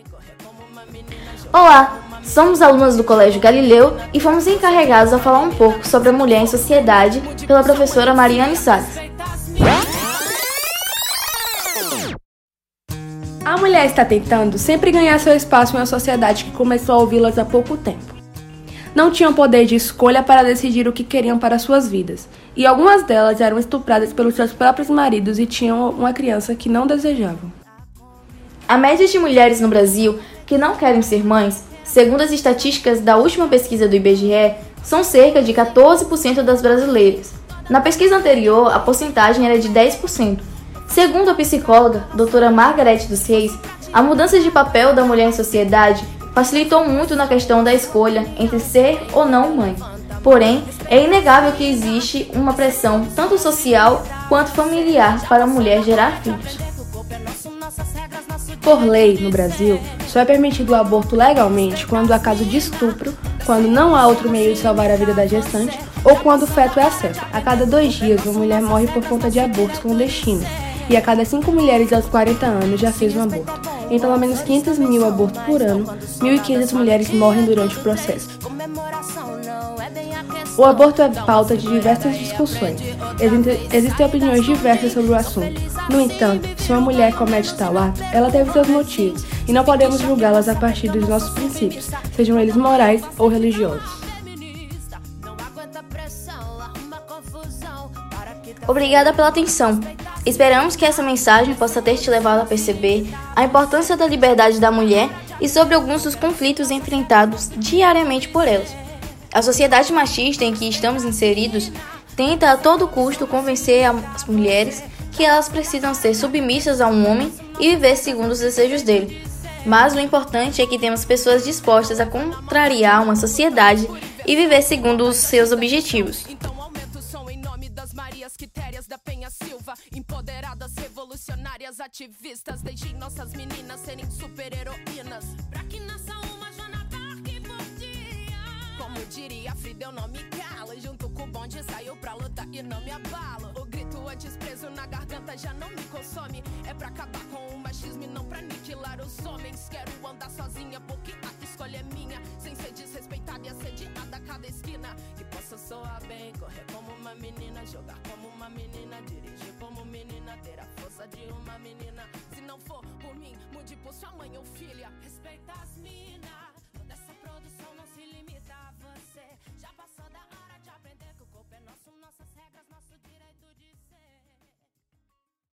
Olá, somos alunas do Colégio Galileu e fomos encarregados a falar um pouco sobre a mulher em sociedade pela professora Mariane Salles. A mulher está tentando sempre ganhar seu espaço em uma sociedade que começou a ouvi-las há pouco tempo. Não tinham poder de escolha para decidir o que queriam para suas vidas, e algumas delas eram estupradas pelos seus próprios maridos e tinham uma criança que não desejavam. A média de mulheres no Brasil que não querem ser mães, segundo as estatísticas da última pesquisa do IBGE, são cerca de 14% das brasileiras. Na pesquisa anterior, a porcentagem era de 10%. Segundo a psicóloga, doutora Margarete dos Reis, a mudança de papel da mulher em sociedade facilitou muito na questão da escolha entre ser ou não mãe. Porém, é inegável que existe uma pressão tanto social quanto familiar para a mulher gerar filhos. Por lei, no Brasil, só é permitido o aborto legalmente quando há caso de estupro, quando não há outro meio de salvar a vida da gestante ou quando o feto é acesso. A cada 2 dias, uma mulher morre por conta de abortos clandestinos e a cada 5 mulheres aos 40 anos já fez um aborto. Em pelo menos 500 mil abortos por ano, 1.500 mulheres morrem durante o processo. O aborto é pauta de diversas discussões. Existem opiniões diversas sobre o assunto. No entanto, se uma mulher comete tal ato, ela deve seus motivos, e não podemos julgá-las a partir dos nossos princípios, sejam eles morais ou religiosos. Obrigada pela atenção. Esperamos que essa mensagem possa ter te levado a perceber a importância da liberdade da mulher e sobre alguns dos conflitos enfrentados diariamente por elas. A sociedade machista em que estamos inseridos tenta a todo custo convencer as mulheres que elas precisam ser submissas a um homem e viver segundo os desejos dele. Mas o importante é que temos pessoas dispostas a contrariar uma sociedade e viver segundo os seus objetivos. Marias Quitérias da Penha Silva, empoderadas, revolucionárias, ativistas, deixem nossas meninas serem super-heroínas, pra que nasça uma Joana Dark por dia. Como diria Frida, eu não me calo, junto com o bonde saio pra luta e não me abalo. O grito antes preso na garganta já não me consome, é pra acabar com o machismo e não pra aniquilar os homens. Quero andar sozinha porque a escolha é minha, sem ser desrespeitada e assediada a cada esquina. Que possa soar bem, correr como uma menina, jogar como uma menina, dirigir como menina, ter a força de uma menina. Se não for por mim, mude por sua mãe ou filha. Respeita as minas.